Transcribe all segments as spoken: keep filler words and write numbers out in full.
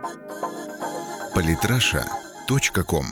политраша точка ком.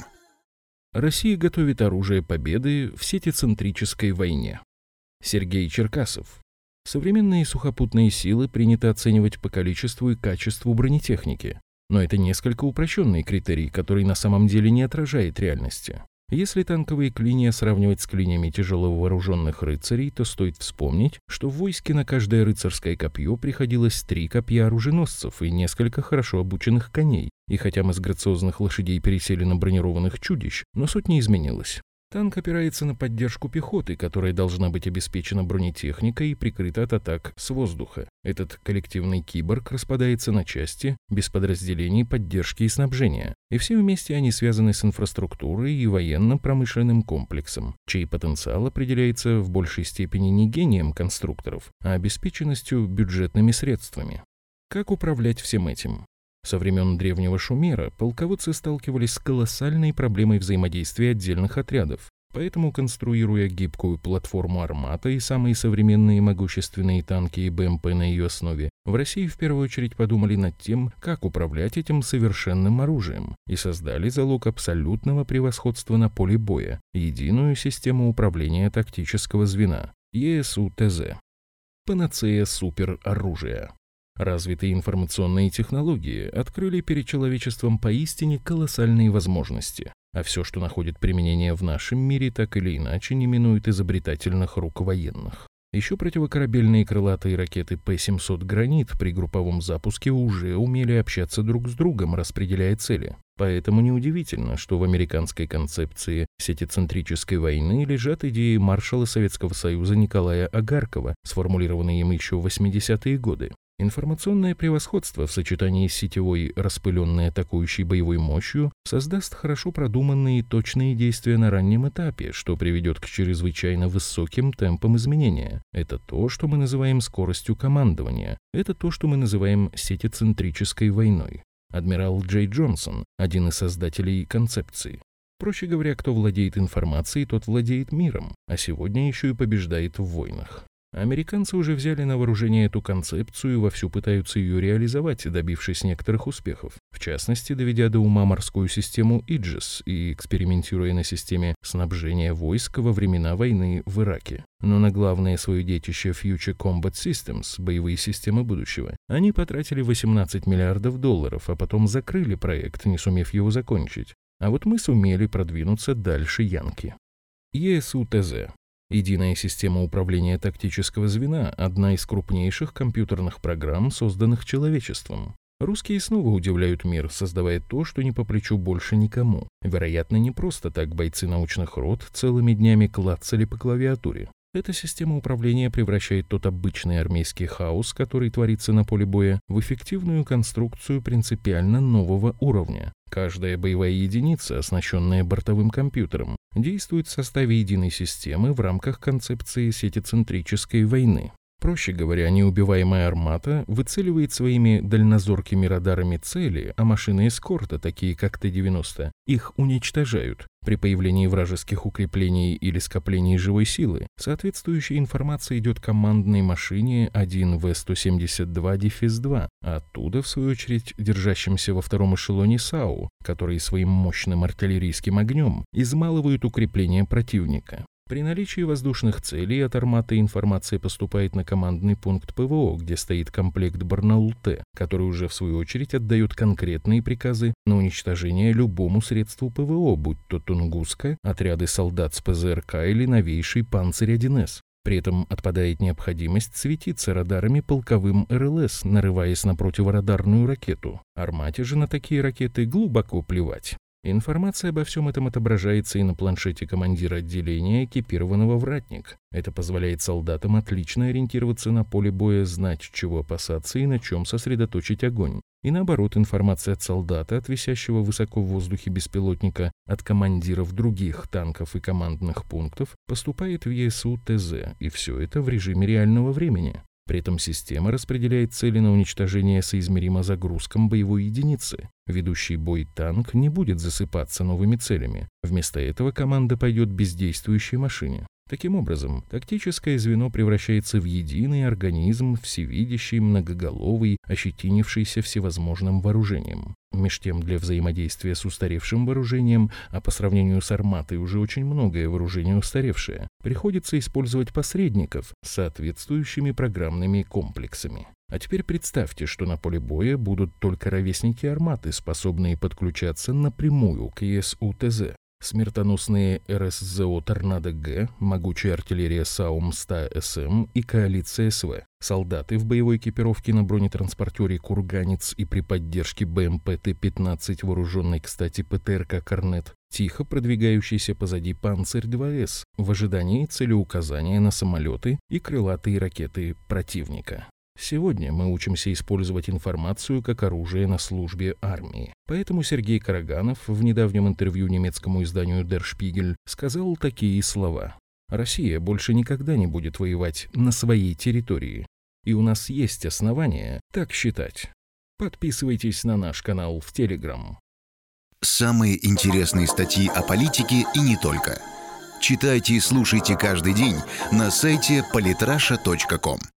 Россия готовит оружие победы в сетицентрической войне. Сергей Черкасов. Современные сухопутные силы принято оценивать по количеству и качеству бронетехники. Но это несколько упрощенный критерий, который на самом деле не отражает реальности. Если танковые клинья сравнивать с клиньями тяжеловооруженных рыцарей, то стоит вспомнить, что в войске на каждое рыцарское копье приходилось три копья оруженосцев и несколько хорошо обученных коней. И хотя мы с грациозных лошадей пересели на бронированных чудищ, но суть не изменилась. Танк опирается на поддержку пехоты, которая должна быть обеспечена бронетехникой и прикрыта от атак с воздуха. Этот коллективный киборг распадается на части, без подразделений поддержки и снабжения. И все вместе они связаны с инфраструктурой и военно-промышленным комплексом, чей потенциал определяется в большей степени не гением конструкторов, а обеспеченностью бюджетными средствами. Как управлять всем этим? Со времен древнего Шумера полководцы сталкивались с колоссальной проблемой взаимодействия отдельных отрядов. Поэтому, конструируя гибкую платформу «Армата» и самые современные могущественные танки и БМП на ее основе, в России в первую очередь подумали над тем, как управлять этим совершенным оружием, и создали залог абсолютного превосходства на поле боя – единую систему управления тактического звена – и эс у тэ зэ. Панацея супероружия. Развитые информационные технологии открыли перед человечеством поистине колоссальные возможности, а все, что находит применение в нашем мире, так или иначе не минует изобретательных рук военных. Еще противокорабельные крылатые ракеты пэ семьсот «Гранит» при групповом запуске уже умели общаться друг с другом, распределяя цели. Поэтому неудивительно, что в американской концепции сетицентрической войны лежат идеи маршала Советского Союза Николая Агаркова, сформулированные им еще в восьмидесятые годы. Информационное превосходство в сочетании с сетевой, распыленной атакующей боевой мощью создаст хорошо продуманные и точные действия на раннем этапе, что приведет к чрезвычайно высоким темпам изменения. Это то, что мы называем скоростью командования. Это то, что мы называем сетицентрической войной. Адмирал Джей Джонсон, один из создателей концепции. Проще говоря, кто владеет информацией, тот владеет миром, а сегодня еще и побеждает в войнах. Американцы уже взяли на вооружение эту концепцию и вовсю пытаются ее реализовать, добившись некоторых успехов. В частности, доведя до ума морскую систему Иджес и экспериментируя на системе снабжения войск во времена войны в Ираке. Но на главное свое детище Future Combat Systems, боевые системы будущего, они потратили восемнадцать миллиардов долларов, а потом закрыли проект, не сумев его закончить. А вот мы сумели продвинуться дальше янки. и эс у тэ зэ. Единая система управления тактического звена – одна из крупнейших компьютерных программ, созданных человечеством. Русские снова удивляют мир, создавая то, что не по плечу больше никому. Вероятно, не просто так бойцы научных рот целыми днями клацали по клавиатуре. Эта система управления превращает тот обычный армейский хаос, который творится на поле боя, в эффективную конструкцию принципиально нового уровня. Каждая боевая единица, оснащенная бортовым компьютером, действует в составе единой системы в рамках концепции сетицентрической войны. Проще говоря, неубиваемая армата выцеливает своими дальнозоркими радарами цели, а машины эскорта, такие как тэ девяносто, их уничтожают. При появлении вражеских укреплений или скоплений живой силы соответствующая информация идет командной машине один вэ сто семьдесят два два, а оттуда, в свою очередь, держащимся во втором эшелоне САУ, которые своим мощным артиллерийским огнем измалывают укрепления противника. При наличии воздушных целей от арматы информация поступает на командный пункт пэ вэ о, где стоит комплект Барнаул-Т, который уже в свою очередь отдает конкретные приказы на уничтожение любому средству пэ вэ о, будь то Тунгуска, отряды солдат с пэ зэ эр ка или новейший Панцирь один эс. При этом отпадает необходимость светиться радарами полковым эр эл эс, нарываясь на противорадарную ракету. Армате же на такие ракеты глубоко плевать. Информация обо всем этом отображается и на планшете командира отделения, экипированного в ратник. Это позволяет солдатам отлично ориентироваться на поле боя, знать, чего опасаться и на чем сосредоточить огонь. И наоборот, информация от солдата, от висящего высоко в воздухе беспилотника, от командиров других танков и командных пунктов, поступает в и эс у тэ зэ, и все это в режиме реального времени. При этом система распределяет цели на уничтожение соизмеримо загрузкам боевой единицы. Ведущий бой танк не будет засыпаться новыми целями. Вместо этого команда пойдет бездействующей машине. Таким образом, тактическое звено превращается в единый организм, всевидящий, многоголовый, ощетинившийся всевозможным вооружением. Меж тем, для взаимодействия с устаревшим вооружением, а по сравнению с «Арматой» уже очень многое вооружение устаревшее, приходится использовать посредников с соответствующими программными комплексами. А теперь представьте, что на поле боя будут только ровесники «Арматы», способные подключаться напрямую к и эс у тэ зэ. Смертоносные эр эс зэ о «Торнадо-Г», могучая артиллерия САУМ сто эс эм и коалиция эс вэ. Солдаты в боевой экипировке на бронетранспортере «Курганец» и при поддержке бэ эм пэ тэ пятнадцать, вооруженной, кстати, пэ тэ эр ка «Корнет», тихо продвигающийся позади «Панцирь два эс» в ожидании целеуказания на самолеты и крылатые ракеты противника. Сегодня мы учимся использовать информацию как оружие на службе армии. Поэтому Сергей Караганов в недавнем интервью немецкому изданию Der Spiegel сказал такие слова. «Россия больше никогда не будет воевать на своей территории. И у нас есть основания так считать». Подписывайтесь на наш канал в Telegram. Самые интересные статьи о политике и не только. Читайте и слушайте каждый день на сайте политраша точка ком.